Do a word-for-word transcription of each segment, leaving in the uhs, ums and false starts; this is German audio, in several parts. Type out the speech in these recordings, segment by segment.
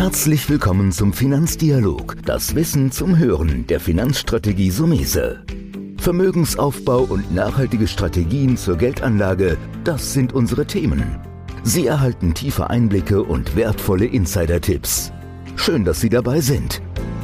Herzlich willkommen zum Finanzdialog, das Wissen zum Hören der Finanzstrategie Sumese. Vermögensaufbau und nachhaltige Strategien zur Geldanlage, das sind unsere Themen. Sie erhalten tiefe Einblicke und wertvolle Insider-Tipps. Schön, dass Sie dabei sind.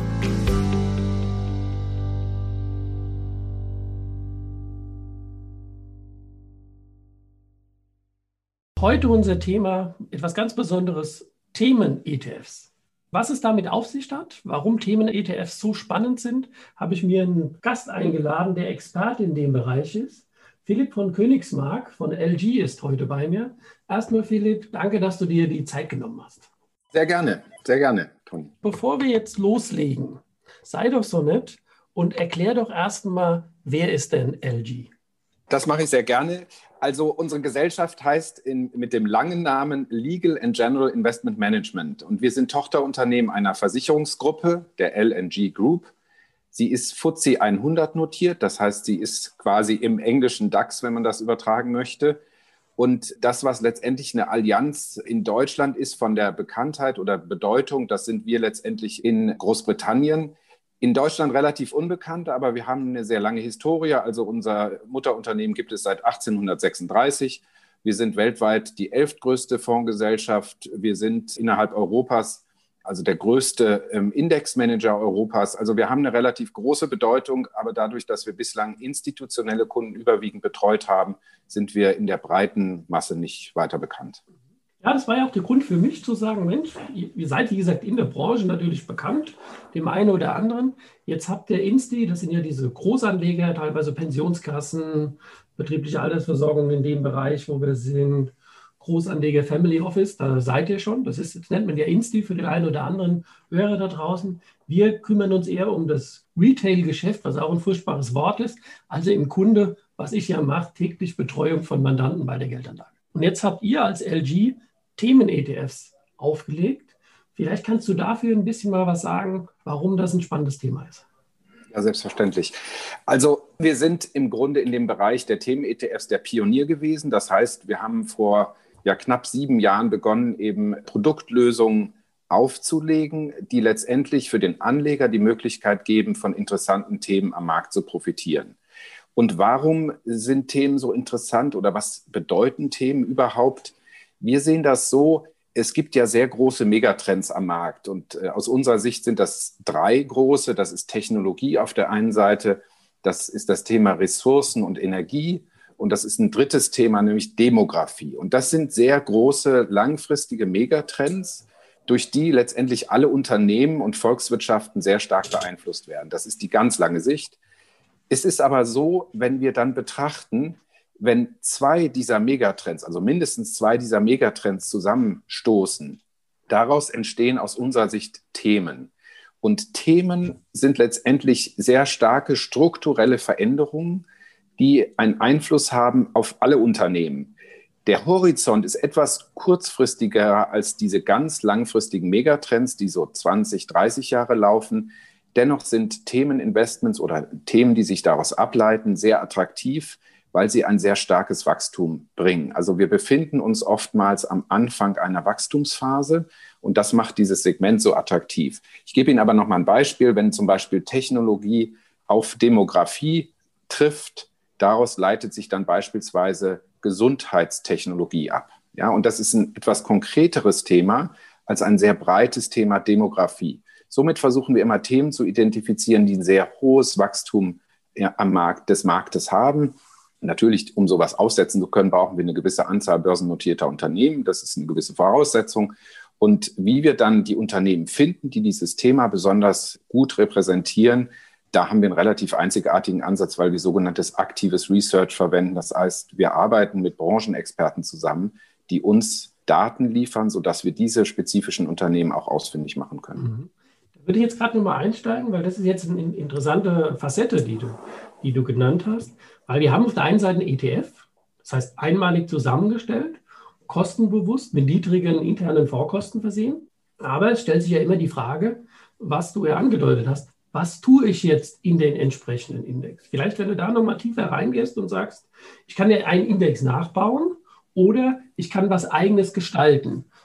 Heute unser Thema, etwas ganz Besonderes, Themen-E T Fs. Was es damit auf sich hat, warum Themen-E T Fs so spannend sind, habe ich mir einen Gast eingeladen, der Experte in dem Bereich ist. Philipp von Königsmark von L G ist heute bei mir. Erstmal Philipp, danke, dass du dir die Zeit genommen hast. Sehr gerne, sehr gerne, Toni. Bevor wir jetzt loslegen, sei doch so nett und erklär doch erstmal, wer ist denn L G? Das mache ich sehr gerne. Also unsere Gesellschaft heißt in, mit dem langen Namen Legal and General Investment Management. Und wir sind Tochterunternehmen einer Versicherungsgruppe, der L and G Group. Sie ist F T S E hundert notiert, das heißt, sie ist quasi im englischen DAX, wenn man das übertragen möchte. Und das, was letztendlich eine Allianz in Deutschland ist von der Bekanntheit oder Bedeutung, das sind wir letztendlich in Großbritannien. In Deutschland relativ unbekannt, aber wir haben eine sehr lange Historie. Also unser Mutterunternehmen gibt es seit achtzehnhundertsechsunddreißig. Wir sind weltweit die elftgrößte Fondsgesellschaft. Wir sind innerhalb Europas also der größte ähm, Indexmanager Europas. Also wir haben eine relativ große Bedeutung, aber dadurch, dass wir bislang institutionelle Kunden überwiegend betreut haben, sind wir in der breiten Masse nicht weiter bekannt. Ja, das war ja auch der Grund für mich zu sagen, Mensch, ihr seid, wie gesagt, in der Branche natürlich bekannt, dem einen oder anderen. Jetzt habt ihr Insti, das sind ja diese Großanleger, teilweise Pensionskassen, betriebliche Altersversorgung in dem Bereich, wo wir sind, Großanleger Family Office, da seid ihr schon. Das ist, das nennt man ja Insti für den einen oder anderen Hörer da draußen. Wir kümmern uns eher um das Retail-Geschäft, was auch ein furchtbares Wort ist. Also im Kunde, was ich ja mache, täglich Betreuung von Mandanten bei der Geldanlage. Und jetzt habt ihr als L G Themen-E T Fs aufgelegt. Vielleicht kannst du dafür ein bisschen mal was sagen, warum das ein spannendes Thema ist. Ja, selbstverständlich. Also wir sind im Grunde in dem Bereich der Themen-E T Fs der Pionier gewesen. Das heißt, wir haben vor ja, knapp sieben Jahren begonnen, eben Produktlösungen aufzulegen, die letztendlich für den Anleger die Möglichkeit geben, von interessanten Themen am Markt zu profitieren. Und warum sind Themen so interessant oder was bedeuten Themen überhaupt? Wir sehen das so, es gibt ja sehr große Megatrends am Markt und äh, aus unserer Sicht sind das drei große. Das ist Technologie auf der einen Seite, das ist das Thema Ressourcen und Energie und das ist ein drittes Thema, nämlich Demografie. Und das sind sehr große, langfristige Megatrends, durch die letztendlich alle Unternehmen und Volkswirtschaften sehr stark beeinflusst werden. Das ist die ganz lange Sicht. Es ist aber so, wenn wir dann betrachten, wenn zwei dieser Megatrends, also mindestens zwei dieser Megatrends zusammenstoßen, daraus entstehen aus unserer Sicht Themen. Und Themen sind letztendlich sehr starke strukturelle Veränderungen, die einen Einfluss haben auf alle Unternehmen. Der Horizont ist etwas kurzfristiger als diese ganz langfristigen Megatrends, die so zwanzig, dreißig Jahre laufen. Dennoch sind Themeninvestments oder Themen, die sich daraus ableiten, sehr attraktiv, weil sie ein sehr starkes Wachstum bringen. Also wir befinden uns oftmals am Anfang einer Wachstumsphase und das macht dieses Segment so attraktiv. Ich gebe Ihnen aber noch mal ein Beispiel, wenn zum Beispiel Technologie auf Demografie trifft, daraus leitet sich dann beispielsweise Gesundheitstechnologie ab. Ja, und das ist ein etwas konkreteres Thema als ein sehr breites Thema Demografie. Somit versuchen wir immer Themen zu identifizieren, die ein sehr hohes Wachstum ja, am Markt des Marktes haben. Natürlich, um sowas aufsetzen zu können, brauchen wir eine gewisse Anzahl börsennotierter Unternehmen. Das ist eine gewisse Voraussetzung. Und wie wir dann die Unternehmen finden, die dieses Thema besonders gut repräsentieren, da haben wir einen relativ einzigartigen Ansatz, weil wir sogenanntes aktives Research verwenden. Das heißt, wir arbeiten mit Branchenexperten zusammen, die uns Daten liefern, sodass wir diese spezifischen Unternehmen auch ausfindig machen können. Mhm. Da würde ich jetzt gerade nochmal einsteigen, weil das ist jetzt eine interessante Facette, die du, die du genannt hast. Weil wir haben auf der einen Seite einen E T F, das heißt einmalig zusammengestellt, kostenbewusst mit niedrigen internen Vorkosten versehen. Aber es stellt sich ja immer die Frage, was du ja angedeutet hast, was tue ich jetzt in den entsprechenden Index? Vielleicht, wenn du da nochmal tiefer reingehst und sagst, ich kann ja einen Index nachbauen oder ich kann was Eigenes gestalten.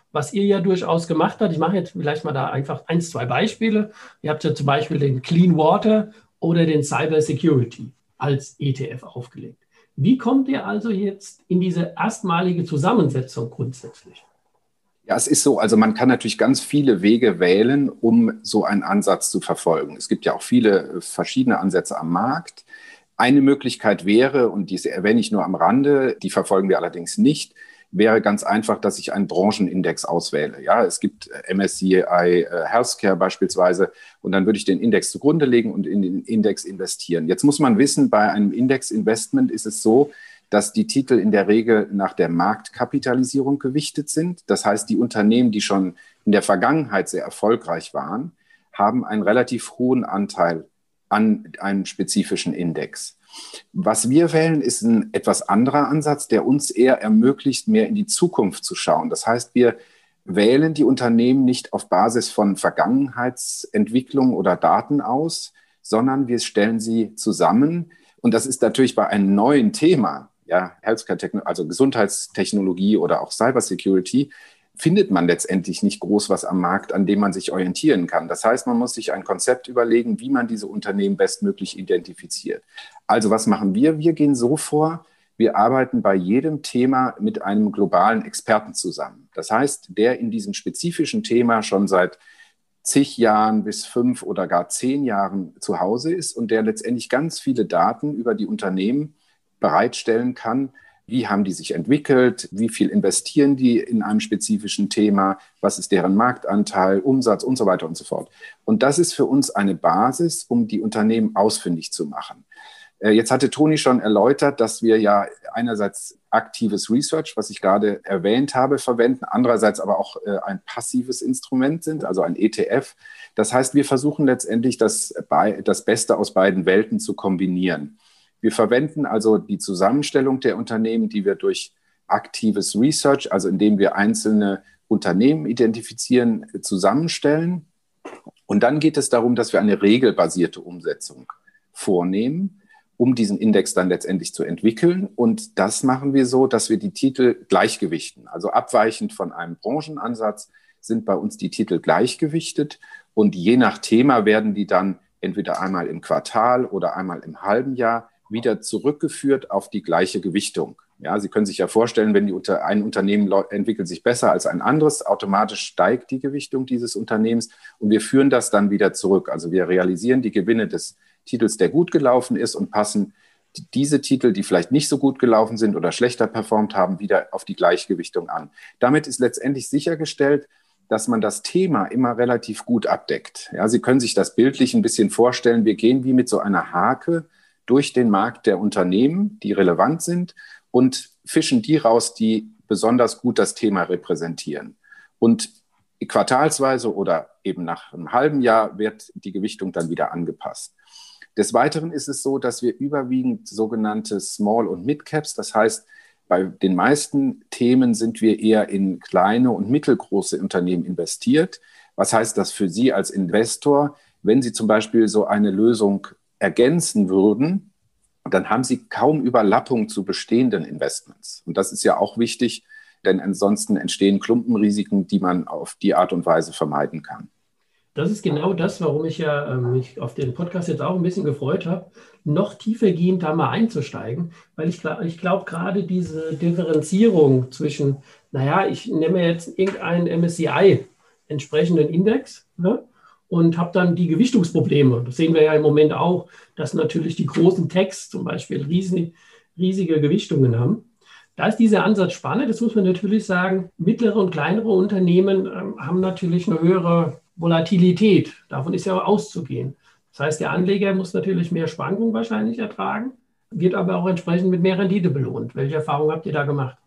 was ihr ja durchaus gemacht habt. Ich mache jetzt vielleicht mal da einfach eins, zwei Beispiele. Ihr habt ja zum Beispiel den Clean Water oder den Cyber Security als E T F aufgelegt. Wie kommt ihr also jetzt in diese erstmalige Zusammensetzung grundsätzlich? Ja, es ist so, also man kann natürlich ganz viele Wege wählen, um so einen Ansatz zu verfolgen. Es gibt ja auch viele verschiedene Ansätze am Markt. Eine Möglichkeit wäre, und diese erwähne ich nur am Rande, die verfolgen wir allerdings nicht, wäre ganz einfach, dass ich einen Branchenindex auswähle. Ja, es gibt M S C I Healthcare beispielsweise und dann würde ich den Index zugrunde legen und in den Index investieren. Jetzt muss man wissen, bei einem Indexinvestment ist es so, dass die Titel in der Regel nach der Marktkapitalisierung gewichtet sind. Das heißt, die Unternehmen, die schon in der Vergangenheit sehr erfolgreich waren, haben einen relativ hohen Anteil an einem spezifischen Index. Was wir wählen, ist ein etwas anderer Ansatz, der uns eher ermöglicht, mehr in die Zukunft zu schauen. Das heißt, wir wählen die Unternehmen nicht auf Basis von Vergangenheitsentwicklung oder Daten aus, sondern wir stellen sie zusammen. Und das ist natürlich bei einem neuen Thema, ja, Healthcare, also Gesundheitstechnologie oder auch Cybersecurity, findet man letztendlich nicht groß was am Markt, an dem man sich orientieren kann. Das heißt, man muss sich ein Konzept überlegen, wie man diese Unternehmen bestmöglich identifiziert. Also was machen wir? Wir gehen so vor, wir arbeiten bei jedem Thema mit einem globalen Experten zusammen. Das heißt, der in diesem spezifischen Thema schon seit zig Jahren bis fünf oder gar zehn Jahren zu Hause ist und der letztendlich ganz viele Daten über die Unternehmen bereitstellen kann. Wie haben die sich entwickelt? Wie viel investieren die in einem spezifischen Thema? Was ist deren Marktanteil, Umsatz und so weiter und so fort? Und das ist für uns eine Basis, um die Unternehmen ausfindig zu machen. Jetzt hatte Toni schon erläutert, dass wir ja einerseits aktives Research, was ich gerade erwähnt habe, verwenden, andererseits aber auch ein passives Instrument sind, also ein E T F. Das heißt, wir versuchen letztendlich das, das Beste aus beiden Welten zu kombinieren. Wir verwenden also die Zusammenstellung der Unternehmen, die wir durch aktives Research, also indem wir einzelne Unternehmen identifizieren, zusammenstellen. Und dann geht es darum, dass wir eine regelbasierte Umsetzung vornehmen, um diesen Index dann letztendlich zu entwickeln. Und das machen wir so, dass wir die Titel gleichgewichten. Also abweichend von einem Branchenansatz sind bei uns die Titel gleichgewichtet. Und je nach Thema werden die dann entweder einmal im Quartal oder einmal im halben Jahr wieder zurückgeführt auf die gleiche Gewichtung. Ja, Sie können sich ja vorstellen, wenn die unter, ein Unternehmen entwickelt sich besser als ein anderes, automatisch steigt die Gewichtung dieses Unternehmens und wir führen das dann wieder zurück. Also wir realisieren die Gewinne des Titels, der gut gelaufen ist und passen diese Titel, die vielleicht nicht so gut gelaufen sind oder schlechter performt haben, wieder auf die Gleichgewichtung an. Damit ist letztendlich sichergestellt, dass man das Thema immer relativ gut abdeckt. Ja, Sie können sich das bildlich ein bisschen vorstellen. Wir gehen wie mit so einer Hake durch den Markt der Unternehmen, die relevant sind, und fischen die raus, die besonders gut das Thema repräsentieren. Und quartalsweise oder eben nach einem halben Jahr wird die Gewichtung dann wieder angepasst. Des Weiteren ist es so, dass wir überwiegend sogenannte Small- und Mid-Caps, das heißt, bei den meisten Themen sind wir eher in kleine und mittelgroße Unternehmen investiert. Was heißt das für Sie als Investor? Wenn Sie zum Beispiel so eine Lösung ergänzen würden, dann haben Sie kaum Überlappung zu bestehenden Investments. Und das ist ja auch wichtig, denn ansonsten entstehen Klumpenrisiken, die man auf die Art und Weise vermeiden kann. Das ist genau das, warum ich ja äh, mich auf den Podcast jetzt auch ein bisschen gefreut habe, noch tiefergehend da mal einzusteigen, weil ich, ich glaube, gerade diese Differenzierung zwischen, naja, ich nehme jetzt irgendeinen M S C I entsprechenden Index, ne, und habe dann die Gewichtungsprobleme. Das sehen wir ja im Moment auch, dass natürlich die großen Techs zum Beispiel riesig, riesige Gewichtungen haben. Da ist dieser Ansatz spannend. Das muss man natürlich sagen. Mittlere und kleinere Unternehmen ähm, haben natürlich eine höhere Volatilität. Davon ist ja auch auszugehen. Das heißt, der Anleger muss natürlich mehr Schwankungen wahrscheinlich ertragen, wird aber auch entsprechend mit mehr Rendite belohnt. Welche Erfahrungen habt ihr da gemacht?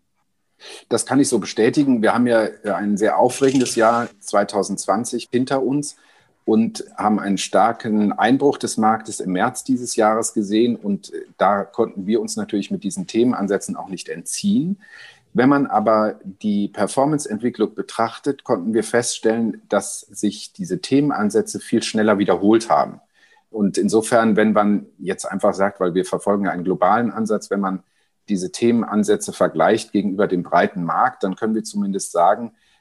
Das kann ich so bestätigen. Wir haben ja ein sehr aufregendes Jahr zwanzig zwanzig hinter uns und haben einen starken Einbruch des Marktes im März dieses Jahres gesehen. Und da konnten wir uns natürlich mit diesen Themenansätzen auch nicht entziehen. Wenn man aber die Performance-Entwicklung betrachtet, konnten wir feststellen, dass sich diese Themenansätze viel schneller wiederholt haben. Und insofern, wenn man jetzt einfach sagt, weil wir verfolgen einen globalen Ansatz, wenn man diese Themenansätze vergleicht gegenüber dem breiten Markt, dann können wir zumindest sagen,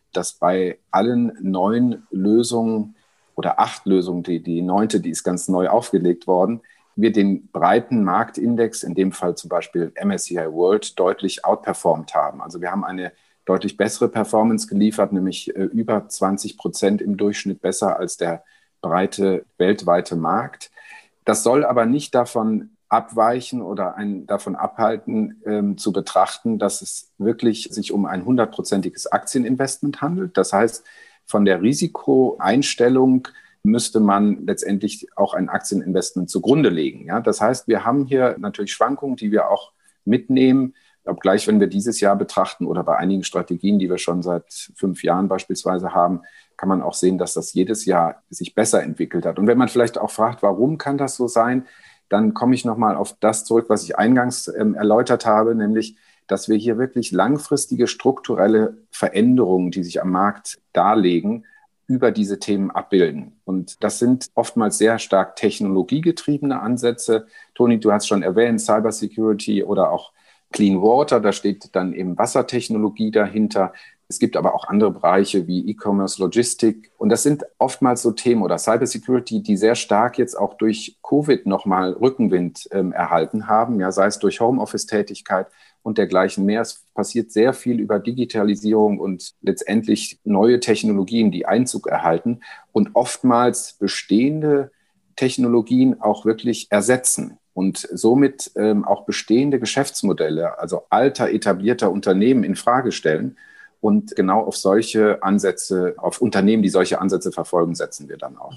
dass bei allen neun Lösungen oder acht Lösungen, die, die neunte, die ist ganz neu aufgelegt worden, wir den breiten Marktindex, in dem Fall zum Beispiel M S C I World, deutlich outperformt haben. Also wir haben eine deutlich bessere Performance geliefert, nämlich äh, über zwanzig Prozent im Durchschnitt besser als der breite weltweite Markt. Das soll aber nicht davon abweichen oder einen davon abhalten, ähm, zu betrachten, dass es wirklich sich um ein hundertprozentiges Aktieninvestment handelt. Das heißt, von der Risikoeinstellung müsste man letztendlich auch ein Aktieninvestment zugrunde legen. Ja? Das heißt, wir haben hier natürlich Schwankungen, die wir auch mitnehmen, obgleich, wenn wir dieses Jahr betrachten oder bei einigen Strategien, die wir schon seit fünf Jahren beispielsweise haben, kann man auch sehen, dass das jedes Jahr sich besser entwickelt hat. Und wenn man vielleicht auch fragt, warum kann das so sein, dann komme ich nochmal auf das zurück, was ich eingangs ähm, erläutert habe, nämlich, dass wir hier wirklich langfristige strukturelle Veränderungen, die sich am Markt darlegen, über diese Themen abbilden. Und das sind oftmals sehr stark technologiegetriebene Ansätze. Toni, du hast schon erwähnt, Cybersecurity oder auch Clean Water, da steht dann eben Wassertechnologie dahinter. Es gibt aber auch andere Bereiche wie E-Commerce, Logistik. Und das sind oftmals so Themen oder Cybersecurity, die sehr stark jetzt auch durch Covid nochmal Rückenwind ähm, erhalten haben, ja, sei es durch Homeoffice-Tätigkeit und dergleichen mehr. Es passiert sehr viel über Digitalisierung und letztendlich neue Technologien, die Einzug erhalten und oftmals bestehende Technologien auch wirklich ersetzen und somit ähm, auch bestehende Geschäftsmodelle, also alter, etablierter Unternehmen in Frage stellen. Und genau auf solche Ansätze, auf Unternehmen, die solche Ansätze verfolgen, setzen wir dann auch.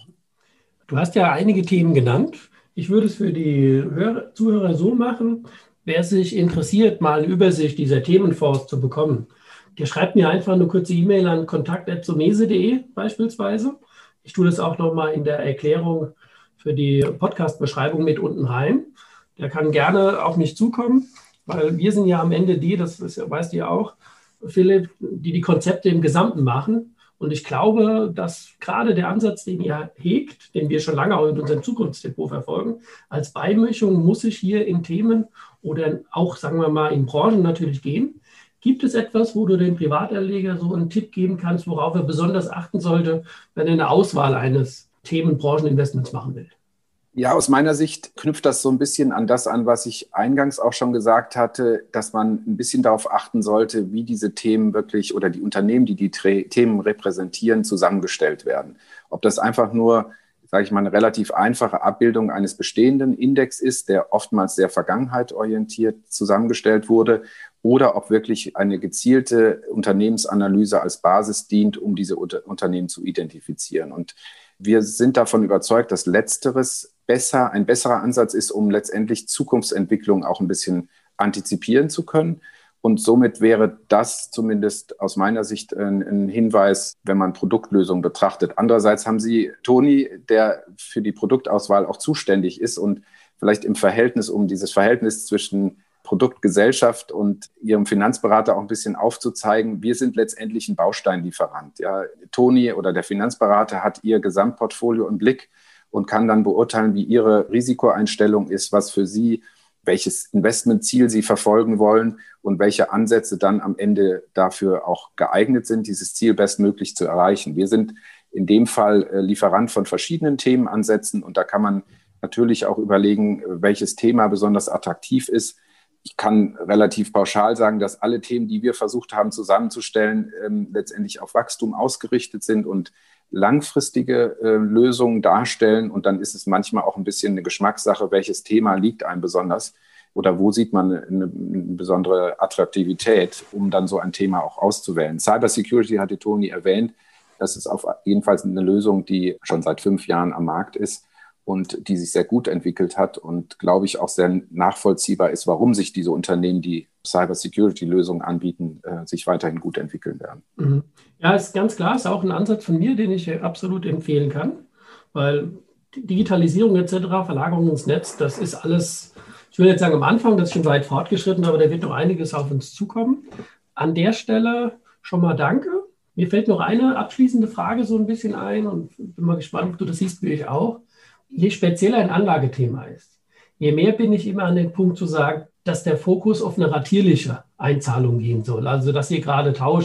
Du hast ja einige Themen genannt. Ich würde es für die Hörer, Zuhörer so machen, wer sich interessiert, mal eine Übersicht dieser Themenfonds zu bekommen. Der schreibt mir einfach eine kurze E-Mail an kontakt at somese punkt de beispielsweise. Ich tue das auch nochmal in der Erklärung für die Podcast-Beschreibung mit unten rein. Der kann gerne auf mich zukommen, weil wir sind ja am Ende die, das ist, weißt du ja auch, Philipp, die die Konzepte im Gesamten machen. Und ich glaube, dass gerade der Ansatz, den ihr hegt, den wir schon lange auch in unserem Zukunftsdepot verfolgen, als Beimischung muss ich hier in Themen oder auch, sagen wir mal, in Branchen natürlich gehen. Gibt es etwas, wo du dem Privatanleger so einen Tipp geben kannst, worauf er besonders achten sollte, wenn er eine Auswahl eines Themen-Brancheninvestments machen will? Ja, aus meiner Sicht knüpft das so ein bisschen an das an, was ich eingangs auch schon gesagt hatte, dass man ein bisschen darauf achten sollte, wie diese Themen wirklich oder die Unternehmen, die die Tre- Themen repräsentieren, zusammengestellt werden. Ob das einfach nur, sage ich mal, eine relativ einfache Abbildung eines bestehenden Index ist, der oftmals sehr vergangenheitorientiert zusammengestellt wurde, oder ob wirklich eine gezielte Unternehmensanalyse als Basis dient, um diese Unter- Unternehmen zu identifizieren. Und wir sind davon überzeugt, dass Letzteres besser, ein besserer Ansatz ist, um letztendlich Zukunftsentwicklung auch ein bisschen antizipieren zu können. Und somit wäre das zumindest aus meiner Sicht ein, ein Hinweis, wenn man Produktlösungen betrachtet. Andererseits haben Sie Toni, der für die Produktauswahl auch zuständig ist und vielleicht im Verhältnis, um dieses Verhältnis zwischen Produktgesellschaft und Ihrem Finanzberater auch ein bisschen aufzuzeigen, wir sind letztendlich ein Bausteinlieferant. Ja, Toni oder der Finanzberater hat Ihr Gesamtportfolio im Blick und kann dann beurteilen, wie Ihre Risikoeinstellung ist, was für Sie, welches Investmentziel Sie verfolgen wollen und welche Ansätze dann am Ende dafür auch geeignet sind, dieses Ziel bestmöglich zu erreichen. Wir sind in dem Fall Lieferant von verschiedenen Themenansätzen und da kann man natürlich auch überlegen, welches Thema besonders attraktiv ist. Ich kann relativ pauschal sagen, dass alle Themen, die wir versucht haben zusammenzustellen, ähm, letztendlich auf Wachstum ausgerichtet sind und langfristige äh, Lösungen darstellen. Und dann ist es manchmal auch ein bisschen eine Geschmackssache, welches Thema liegt einem besonders oder wo sieht man eine, eine besondere Attraktivität, um dann so ein Thema auch auszuwählen. Cybersecurity hatte Toni erwähnt. Das ist auf jedenfalls eine Lösung, die schon seit fünf Jahren am Markt ist und die sich sehr gut entwickelt hat und, glaube ich, auch sehr nachvollziehbar ist, warum sich diese Unternehmen, die Cybersecurity-Lösungen anbieten, äh, sich weiterhin gut entwickeln werden. Mhm. Ja, ist ganz klar, ist auch ein Ansatz von mir, den ich absolut empfehlen kann, weil Digitalisierung et cetera, Verlagerung ins Netz, das ist alles, ich will jetzt sagen am Anfang, das ist schon weit fortgeschritten, aber da wird noch einiges auf uns zukommen. An der Stelle schon mal danke. Mir fällt noch eine abschließende Frage so ein bisschen ein und bin mal gespannt, ob du das siehst, wie ich auch. Je spezieller ein Anlagethema ist, je mehr bin ich immer an den Punkt zu sagen, dass der Fokus auf eine ratierliche Einzahlung gehen soll. Also, dass ihr gerade Tausch-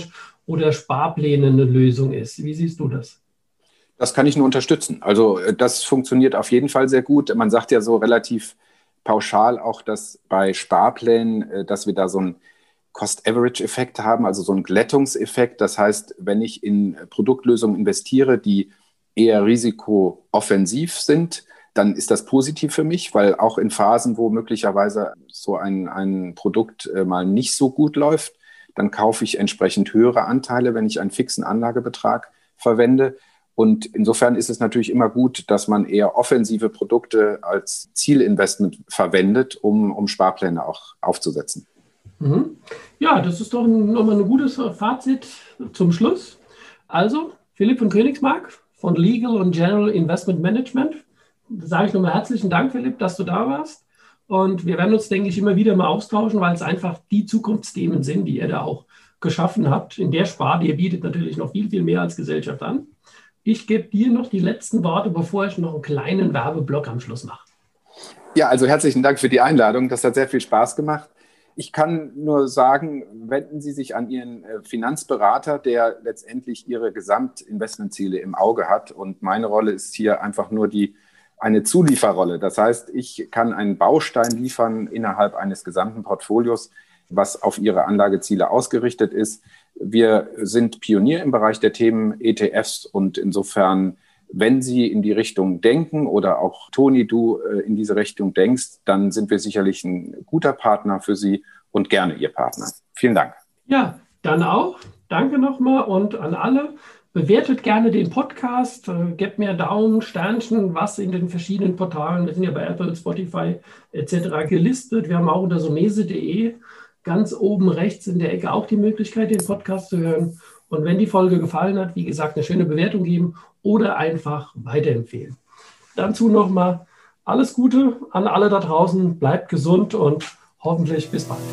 oder Sparpläne eine Lösung ist. Wie siehst du das? Das kann ich nur unterstützen. Also das funktioniert auf jeden Fall sehr gut. Man sagt ja so relativ pauschal auch, dass bei Sparplänen, dass wir da so einen Cost-Average-Effekt haben, also so einen Glättungseffekt. Das heißt, wenn ich in Produktlösungen investiere, die eher risikooffensiv sind, dann ist das positiv für mich, weil auch in Phasen, wo möglicherweise so ein, ein Produkt mal nicht so gut läuft, dann kaufe ich entsprechend höhere Anteile, wenn ich einen fixen Anlagebetrag verwende. Und insofern ist es natürlich immer gut, dass man eher offensive Produkte als Zielinvestment verwendet, um, um Sparpläne auch aufzusetzen. Mhm. Ja, das ist doch ein, nochmal ein gutes Fazit zum Schluss. Also, Philipp von Königsmark von Legal und General Investment Management. Da sage ich nochmal herzlichen Dank, Philipp, dass du da warst. Und wir werden uns, denke ich, immer wieder mal austauschen, weil es einfach die Zukunftsthemen sind, die ihr da auch geschaffen habt. In der Sparte, ihr bietet natürlich noch viel, viel mehr als Gesellschaft an. Ich gebe dir noch die letzten Worte, bevor ich noch einen kleinen Werbeblock am Schluss mache. Ja, also herzlichen Dank für die Einladung. Das hat sehr viel Spaß gemacht. Ich kann nur sagen, wenden Sie sich an Ihren Finanzberater, der letztendlich Ihre Gesamtinvestmentziele im Auge hat. Und meine Rolle ist hier einfach nur die eine Zulieferrolle. Das heißt, ich kann einen Baustein liefern innerhalb eines gesamten Portfolios, was auf Ihre Anlageziele ausgerichtet ist. Wir sind Pionier im Bereich der Themen E T Fs und insofern, wenn Sie in die Richtung denken oder auch Toni, du in diese Richtung denkst, dann sind wir sicherlich ein guter Partner für Sie und gerne Ihr Partner. Vielen Dank. Ja, dann auch. Danke nochmal und an alle. Bewertet gerne den Podcast, äh, gebt mir Daumen, Sternchen, was in den verschiedenen Portalen, wir sind ja bei Apple, Spotify et cetera gelistet. Wir haben auch unter somese punkt de ganz oben rechts in der Ecke auch die Möglichkeit, den Podcast zu hören. Und wenn die Folge gefallen hat, wie gesagt, eine schöne Bewertung geben oder einfach weiterempfehlen. Dazu nochmal alles Gute an alle da draußen, bleibt gesund und hoffentlich bis bald.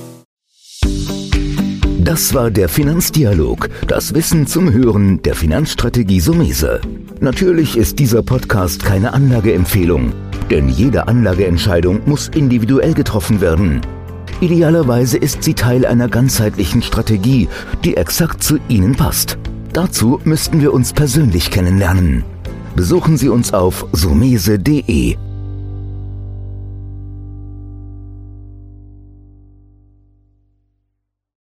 Das war der Finanzdialog, das Wissen zum Hören der Finanzstrategie Somese. Natürlich ist dieser Podcast keine Anlageempfehlung, denn jede Anlageentscheidung muss individuell getroffen werden. Idealerweise ist sie Teil einer ganzheitlichen Strategie, die exakt zu Ihnen passt. Dazu müssten wir uns persönlich kennenlernen. Besuchen Sie uns auf somese punkt de.